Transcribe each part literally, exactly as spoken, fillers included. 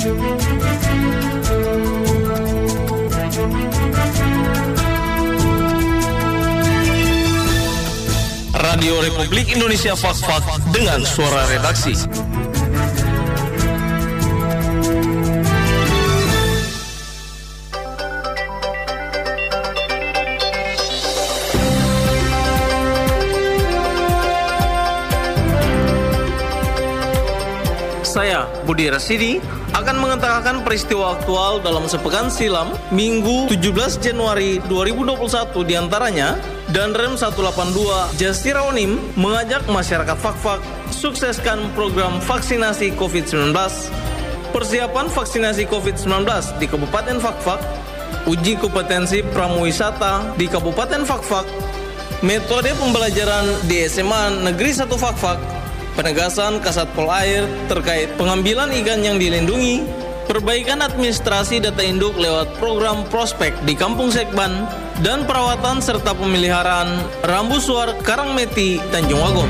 Radio Republik Indonesia Fak-Fak dengan suara redaksi. Saya, Budi Rasidi, akan mengutarakan peristiwa aktual dalam sepekan silam, Minggu tujuh belas Januari dua ribu dua puluh satu diantaranya, dan Rem seratus delapan puluh dua Jasira Onim mengajak masyarakat Fak-Fak sukseskan program vaksinasi covid sembilan belas, persiapan vaksinasi covid sembilan belas di Kabupaten Fak-Fak, uji kompetensi pramuwisata di Kabupaten Fak-Fak, metode pembelajaran di S M A Negeri satu Fak-Fak, penegasan Kasat Polair terkait pengambilan ikan yang dilindungi, perbaikan administrasi data induk lewat program prospek di Kampung Sekban, dan perawatan serta pemeliharaan rambu suar Karangmeti, Tanjung Agung.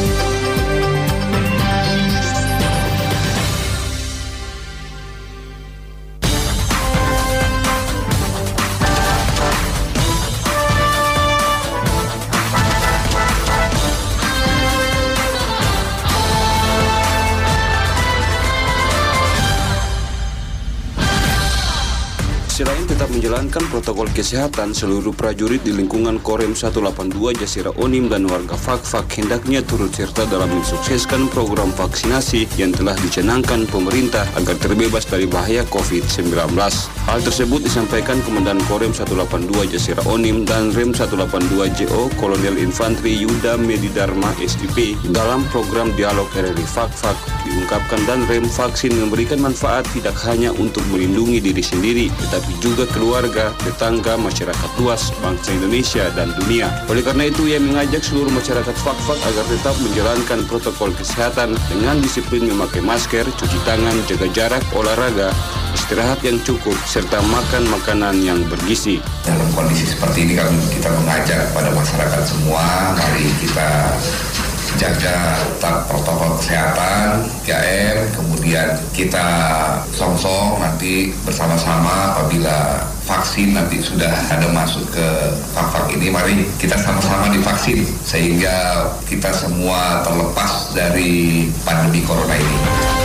Selain tetap menjalankan protokol kesehatan, seluruh prajurit di lingkungan Korem seratus delapan puluh dua Jasira Onim dan warga Fak-Fak hendaknya turut serta dalam mensukseskan program vaksinasi yang telah dicanangkan pemerintah agar terbebas dari bahaya covid sembilan belas. Hal tersebut disampaikan Komandan Korem seratus delapan puluh dua Jasira Onim dan Rem seratus delapan puluh dua J O Kolonel Infantri Yuda Medidharma S I P dalam program dialog R R I Fak-Fak. Diungkapkan dan Rem vaksin memberikan manfaat tidak hanya untuk melindungi diri sendiri, tetapi juga keluarga, tetangga, masyarakat luas, bangsa Indonesia, dan dunia. Oleh karena itu, ia mengajak seluruh masyarakat Fak-Fak agar tetap menjalankan protokol kesehatan dengan disiplin memakai masker, cuci tangan, jaga jarak, olahraga, istirahat yang cukup, serta makan makanan yang bergizi. Dalam kondisi seperti ini kan kita mengajak pada masyarakat semua, mari kita jaga protokol kesehatan tiga M, kemudian kita song-song nanti bersama-sama apabila vaksin nanti sudah ada masuk ke Fak-Fak ini, mari kita sama-sama divaksin sehingga kita semua terlepas dari pandemi corona ini.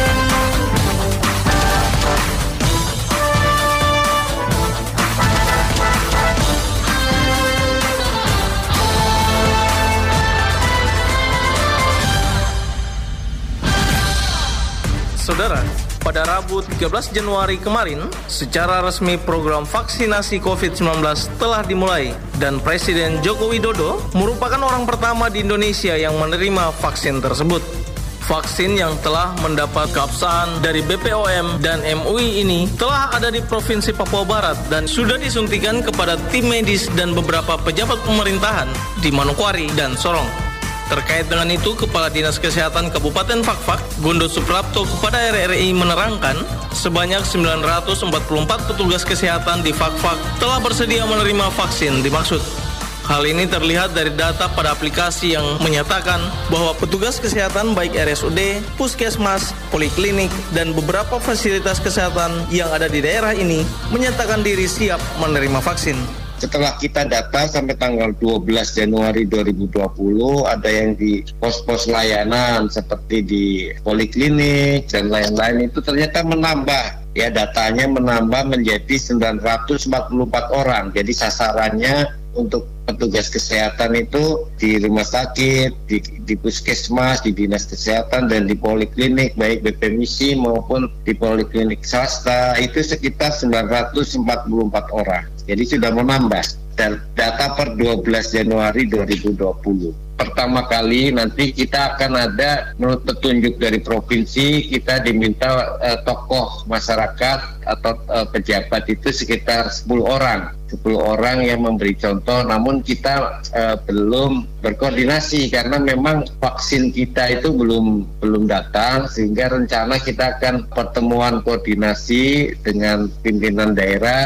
Saudara, pada Rabu tiga belas Januari kemarin, secara resmi program vaksinasi covid sembilan belas telah dimulai dan Presiden Joko Widodo merupakan orang pertama di Indonesia yang menerima vaksin tersebut. Vaksin yang telah mendapat keabsahan dari B P O M dan M U I ini telah ada di Provinsi Papua Barat dan sudah disuntikan kepada tim medis dan beberapa pejabat pemerintahan di Manokwari dan Sorong. Terkait dengan itu, Kepala Dinas Kesehatan Kabupaten Fak-Fak, Gondo Suprapto, kepada R R I menerangkan sebanyak sembilan ratus empat puluh empat petugas kesehatan di Fak-Fak telah bersedia menerima vaksin dimaksud. Hal ini terlihat dari data pada aplikasi yang menyatakan bahwa petugas kesehatan baik R S U D, puskesmas, poliklinik, dan beberapa fasilitas kesehatan yang ada di daerah ini menyatakan diri siap menerima vaksin. Setelah kita data sampai tanggal dua belas Januari dua ribu dua puluh, ada yang di pos-pos layanan seperti di poliklinik dan lain-lain, itu ternyata menambah. Ya, datanya menambah menjadi sembilan ratus empat puluh empat orang. Jadi sasarannya untuk petugas kesehatan itu di rumah sakit, di, di puskesmas, di dinas kesehatan, dan di poliklinik, baik B P M I S I maupun di poliklinik swasta, itu sekitar sembilan ratus empat puluh empat orang. Jadi sudah menambah. Dan data per dua belas Januari dua ribu dua puluh. Pertama kali nanti kita akan ada, menurut petunjuk dari provinsi, kita diminta eh, tokoh masyarakat atau eh, pejabat itu sekitar sepuluh orang. sepuluh orang yang memberi contoh, namun kita eh, belum berkoordinasi karena memang vaksin kita itu belum belum datang, sehingga rencana kita akan pertemuan koordinasi dengan pimpinan daerah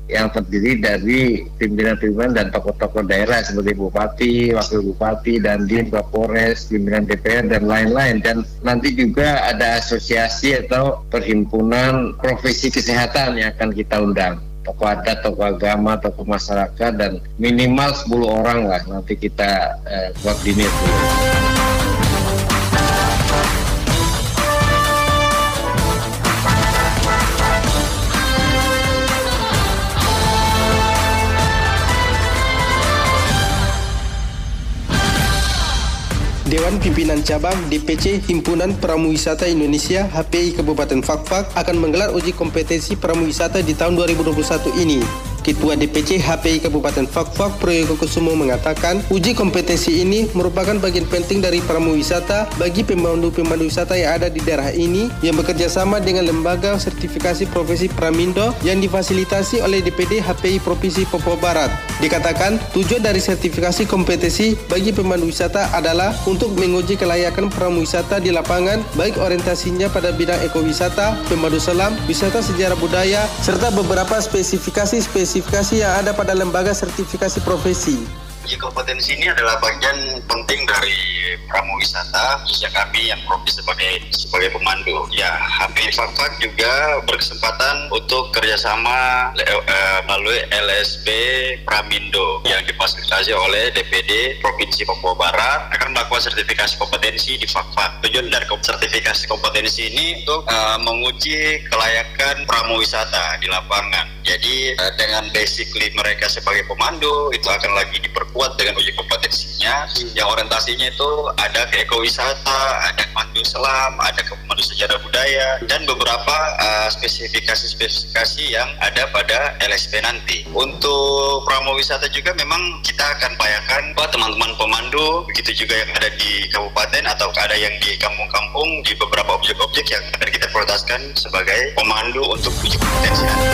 yang terdiri dari pimpinan-pimpinan dan tokoh-tokoh daerah seperti bupati, wakil bupati, dan Dandim, Kapolres, pimpinan D P R, dan lain-lain. Dan nanti juga ada asosiasi atau perhimpunan profesi kesehatan yang akan kita undang. Tokoh adat, tokoh agama, tokoh masyarakat, dan minimal sepuluh orang lah nanti kita eh, koordinir dulu. Dewan Pimpinan Cabang D P C Himpunan Pramuwisata Indonesia H P I Kabupaten Fakfak akan menggelar uji kompetensi pramuwisata di tahun dua ribu dua puluh satu ini. Ketua D P C H P I Kabupaten Fakfak Proyeko Kusumo mengatakan uji kompetensi ini merupakan bagian penting dari pramuwisata bagi pemandu-pemandu wisata yang ada di daerah ini yang bekerja sama dengan lembaga sertifikasi profesi Pramindo yang difasilitasi oleh D P D H P I Provinsi Papua Barat. Dikatakan tujuan dari sertifikasi kompetensi bagi pemandu wisata adalah untuk menguji kelayakan pramuwisata di lapangan, baik orientasinya pada bidang ekowisata, pemandu selam, wisata sejarah budaya, serta beberapa spesifikasi-spesifikasi yang ada pada lembaga sertifikasi profesi. Uji kompetensi ini adalah bagian penting dari pramuwisata, khususnya kami yang profesi sebagai sebagai pemandu. Ya, H P I Fakfak juga berkesempatan untuk kerjasama uh, melalui L S B Pramindo yang difasilitasi oleh D P D Provinsi Papua Barat akan melakukan sertifikasi kompetensi di Fakfak. Tujuan dari sertifikasi kompetensi ini untuk uh, menguji kelayakan pramuwisata di lapangan. Jadi uh, dengan basically mereka sebagai pemandu itu akan lagi diperkuat dengan uji kompetensinya yang orientasinya itu ada ke ekowisata, ada pemandu selam, ada ke pemandu sejarah budaya, dan beberapa uh, spesifikasi-spesifikasi yang ada pada L S P nanti. Untuk pramuwisata juga memang kita akan payakan bahwa teman-teman pemandu, begitu juga yang ada di kabupaten atau ada yang di kampung-kampung, di beberapa objek-objek yang akan kita prioritaskan sebagai pemandu untuk uji kompetensi nanti.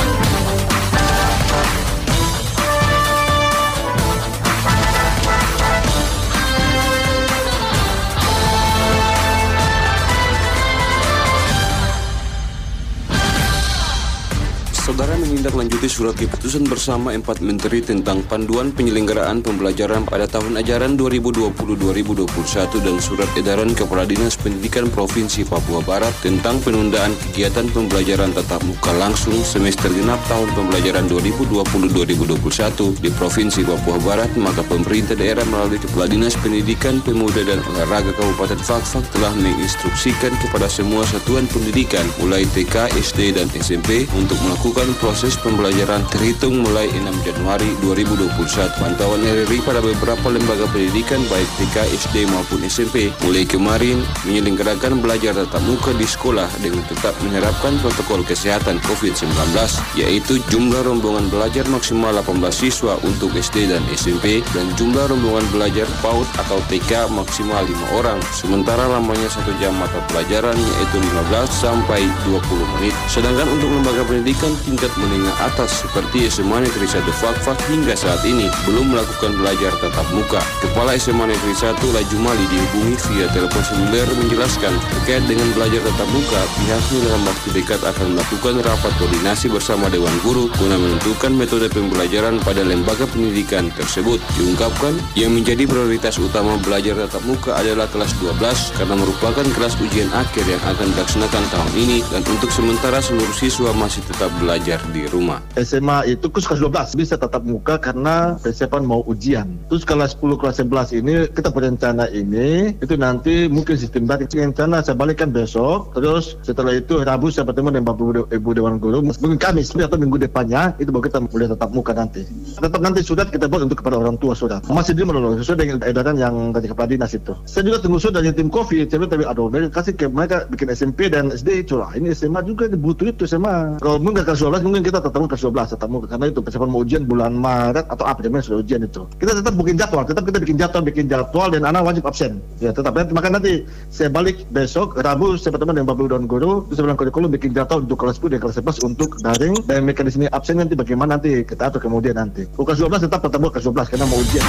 Saudara menindaklanjuti surat keputusan bersama empat menteri tentang panduan penyelenggaraan pembelajaran pada tahun ajaran dua ribu dua puluh dua ribu dua puluh satu dan surat edaran Kepala Dinas Pendidikan Provinsi Papua Barat tentang penundaan kegiatan pembelajaran tatap muka langsung semester genap tahun pembelajaran dua ribu dua puluh dua ribu dua puluh satu di Provinsi Papua Barat, maka pemerintah daerah melalui Kepala Dinas Pendidikan, Pemuda dan Olahraga Kabupaten Fakfak telah menginstruksikan kepada semua satuan pendidikan mulai T K, S D dan S M P untuk melakukan proses pembelajaran terhitung mulai enam Januari dua ribu dua puluh satu. Pantauan R R I pada beberapa lembaga pendidikan baik T K, S D maupun S M P mulai kemarin menyelenggarakan belajar tatap muka di sekolah dengan tetap menerapkan protokol kesehatan covid sembilan belas, yaitu jumlah rombongan belajar maksimal delapan belas siswa untuk S D dan S M P dan jumlah rombongan belajar PAUD atau T K maksimal lima orang, sementara lamanya satu jam mata pelajaran yaitu lima belas sampai dua puluh menit. Sedangkan untuk lembaga pendidikan tingkat menengah atas seperti S M A Negeri satu Fakfak hingga saat ini belum melakukan belajar tatap muka. Kepala S M A Negeri satu Lajumali dihubungi via telepon seluler menjelaskan terkait dengan belajar tatap muka, pihaknya dalam waktu dekat akan melakukan rapat koordinasi bersama Dewan Guru guna menentukan metode pembelajaran pada lembaga pendidikan tersebut. Diungkapkan yang menjadi prioritas utama belajar tatap muka adalah kelas dua belas karena merupakan kelas ujian akhir yang akan dilaksanakan tahun ini, dan untuk sementara seluruh siswa masih tetap belajar di rumah. S M A itu khusus kelas dua belas bisa tatap muka karena persiapan mau ujian. Terus kelas sepuluh, kelas sebelas ini kita berencana ini itu nanti mungkin sistem batik. Rencana saya balikkan besok, terus setelah itu Rabu saya bertemu dengan Bapak Ibu Dewan Guru. Mungkin Kamis atau minggu depannya itu baru kita boleh tatap muka nanti. Tetap nanti surat kita buat untuk kepada orang tua surat. Masih di mana sesuai dengan edaran yang dari Kepala Dinas itu. Saya juga tunggu surat dari tim Covid. Saya bilang aduh mereka kasih ke mereka bikin S M P dan S D itu lah. Ini S M A juga butuh itu S M A. Kalau mungkin kelas dua belas mungkin kita tetap kelas dua belas tetap muka karena itu persiapan mau ujian bulan Maret atau apa namanya sudah ujian itu. Kita tetap bikin jadwal, tetap kita bikin jadwal, bikin jadwal dan anak wajib absen. Ya tetap. Maka nanti saya balik besok Rabu saya bertemu dengan Bapak Ibu Dewan Guru, terus saya bilang kurikulum bikin jadwal untuk kelas sepuluh dan kelas sebelas untuk daring dan mekanisme absen nanti bagaimana nanti kita atur kemudian nanti. Kelas dua belas tetap tetap kelas dua belas karena mau ujian.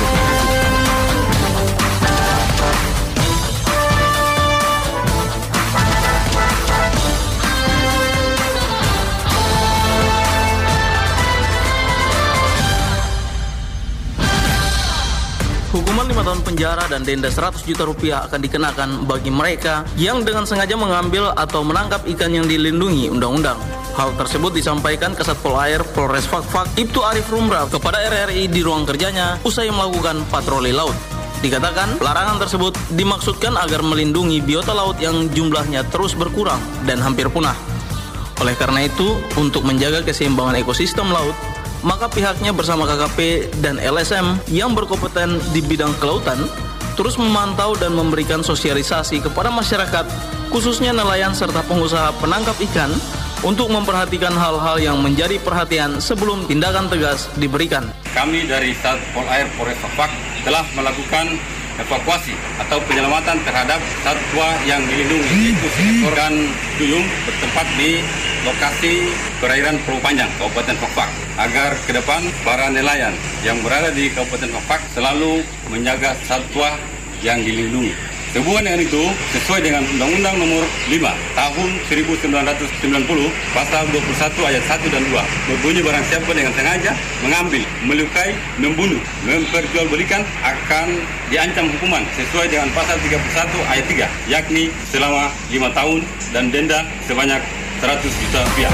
lima tahun penjara dan denda seratus juta rupiah akan dikenakan bagi mereka yang dengan sengaja mengambil atau menangkap ikan yang dilindungi undang-undang. Hal tersebut disampaikan Kasat Pol Air Polres Fak-Fak Ibtu Arif Rumrah kepada R R I di ruang kerjanya usai melakukan patroli laut. Dikatakan, larangan tersebut dimaksudkan agar melindungi biota laut yang jumlahnya terus berkurang dan hampir punah. Oleh karena itu, untuk menjaga keseimbangan ekosistem laut, maka pihaknya bersama K K P dan L S M yang berkompeten di bidang kelautan terus memantau dan memberikan sosialisasi kepada masyarakat, khususnya nelayan serta pengusaha penangkap ikan, untuk memperhatikan hal-hal yang menjadi perhatian sebelum tindakan tegas diberikan. Kami dari Sat Pol Air Polres Fak-Fak telah melakukan evakuasi atau penyelamatan terhadap satwa yang dilindungi, yaitu seekor ikan duyung bertempat di lokasi perairan Pulau Panjang, Kabupaten Fak-Fak, agar ke depan para nelayan yang berada di Kabupaten Fak-Fak selalu menjaga satwa yang dilindungi. Sehubungan dengan itu, sesuai dengan Undang-Undang Nomor lima Tahun seribu sembilan ratus sembilan puluh, Pasal dua puluh satu Ayat satu dan dua, berbunyi barang siapa dengan sengaja mengambil, melukai, membunuh, memperjualbelikan akan diancam hukuman sesuai dengan Pasal tiga puluh satu Ayat tiga, yakni selama lima tahun dan denda sebanyak seratus juta rupiah.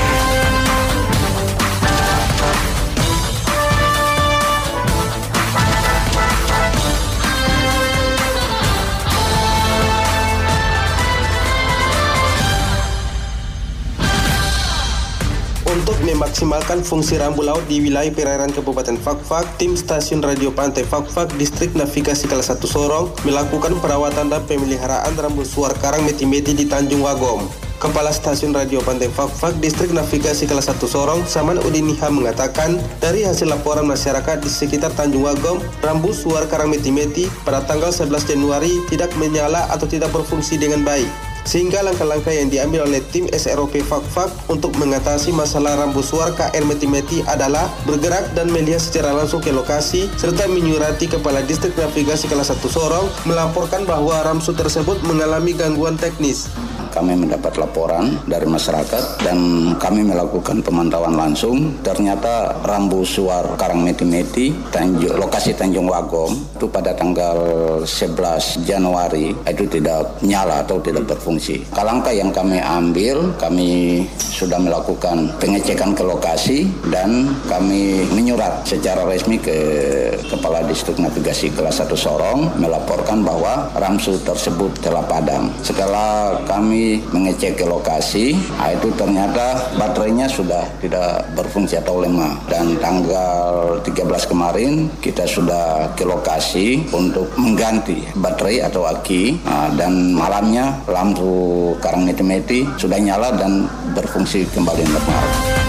Untuk memaksimalkan fungsi rambu laut di wilayah perairan Kabupaten Fak-Fak, tim Stasiun Radio Pantai Fak-Fak Distrik Navigasi kelas satu Sorong melakukan perawatan dan pemeliharaan rambu suar karang meti-meti di Tanjung Wagom. Kepala Stasiun Radio Pantai Fak-Fak Distrik Navigasi kelas satu Sorong, Saman Udiniha, mengatakan dari hasil laporan masyarakat di sekitar Tanjung Wagom, rambu suar karang meti-meti pada tanggal sebelas Januari tidak menyala atau tidak berfungsi dengan baik. Sehingga langkah-langkah yang diambil oleh tim S R O P Fak-Fak untuk mengatasi masalah rambu suar K R meti-meti adalah bergerak dan melihat secara langsung ke lokasi serta menyurati Kepala Distrik Navigasi kelas satu Sorong melaporkan bahwa rambu tersebut mengalami gangguan teknis. Kami mendapat laporan dari masyarakat dan kami melakukan pemantauan langsung. Ternyata rambu suar karang meti-meti Tanjung, lokasi Tanjung Wagom itu pada tanggal sebelas Januari itu tidak nyala atau tidak berfungsi. Langkah yang kami ambil, kami sudah melakukan pengecekan ke lokasi dan kami menyurat secara resmi ke Kepala Distrik Navigasi kelas satu Sorong melaporkan bahwa rambu tersebut telah padam. Setelah kami mengecek ke lokasi, itu ternyata baterainya sudah tidak berfungsi atau lemah. Dan tanggal tiga belas kemarin kita sudah ke lokasi untuk mengganti baterai atau aki, dan malamnya lampu karang meti-meti sudah nyala dan berfungsi kembali normal.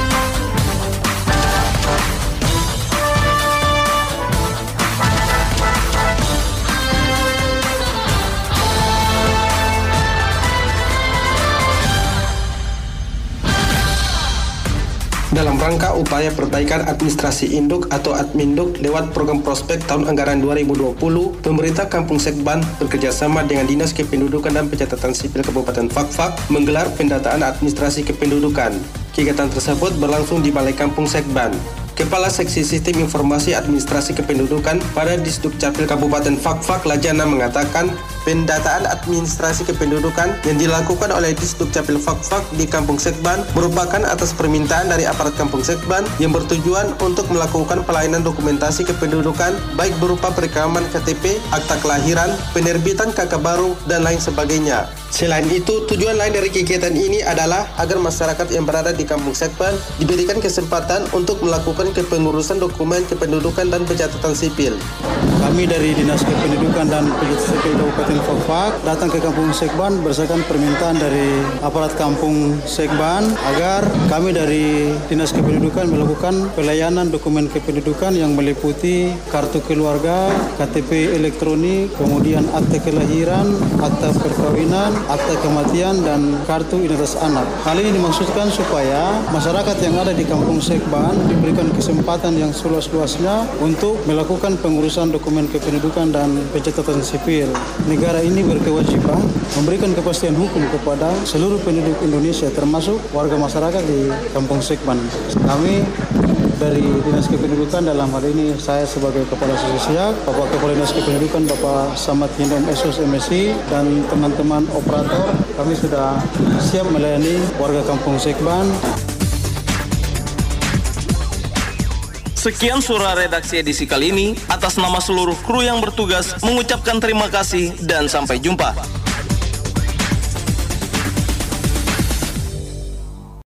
Dalam rangka upaya perbaikan administrasi induk atau Adminduk lewat program prospek tahun anggaran dua ribu dua puluh, pemerintah Kampung Sekban bekerjasama dengan Dinas Kependudukan dan Pencatatan Sipil Kabupaten Fak-Fak menggelar pendataan administrasi kependudukan. Kegiatan tersebut berlangsung di Balai Kampung Sekban. Kepala Seksi Sistem Informasi Administrasi Kependudukan pada Disduk Capil Kabupaten Fak-Fak Lajana mengatakan pendataan administrasi kependudukan yang dilakukan oleh Disduk Capil Fak-Fak di Kampung Sekban merupakan atas permintaan dari aparat Kampung Sekban yang bertujuan untuk melakukan pelayanan dokumentasi kependudukan baik berupa perekaman K T P, akta kelahiran, penerbitan K K baru, dan lain sebagainya. Selain itu, tujuan lain dari kegiatan ini adalah agar masyarakat yang berada di Kampung Sekban diberikan kesempatan untuk melakukan kepengurusan dokumen kependudukan dan pencatatan sipil. Kami dari Dinas Kependudukan dan Pencatatan Sipil Kabupaten Fak-Fak datang ke Kampung Sekban berdasarkan permintaan dari aparat Kampung Sekban agar kami dari Dinas Kependudukan melakukan pelayanan dokumen kependudukan yang meliputi kartu keluarga, K T P elektronik, kemudian akte kelahiran, akta perkawinan, akta kematian, dan kartu identitas anak. Hal ini dimaksudkan supaya masyarakat yang ada di Kampung Sekban diberikan kesempatan yang seluas-luasnya untuk melakukan pengurusan dokumen kependudukan dan pencatatan sipil. Negara ini berkewajiban memberikan kepastian hukum kepada seluruh penduduk Indonesia termasuk warga masyarakat di Kampung Sekban. Kami dari Dinas Kependudukan, dalam hal ini saya sebagai Kepala Sosial, Bapak Kepala Dinas Kependudukan, Bapak Samad Hindom S O S M S I, dan teman-teman operator, kami sudah siap melayani warga Kampung Sekban. Sekian suara redaksi edisi kali ini. Atas nama seluruh kru yang bertugas mengucapkan terima kasih dan sampai jumpa.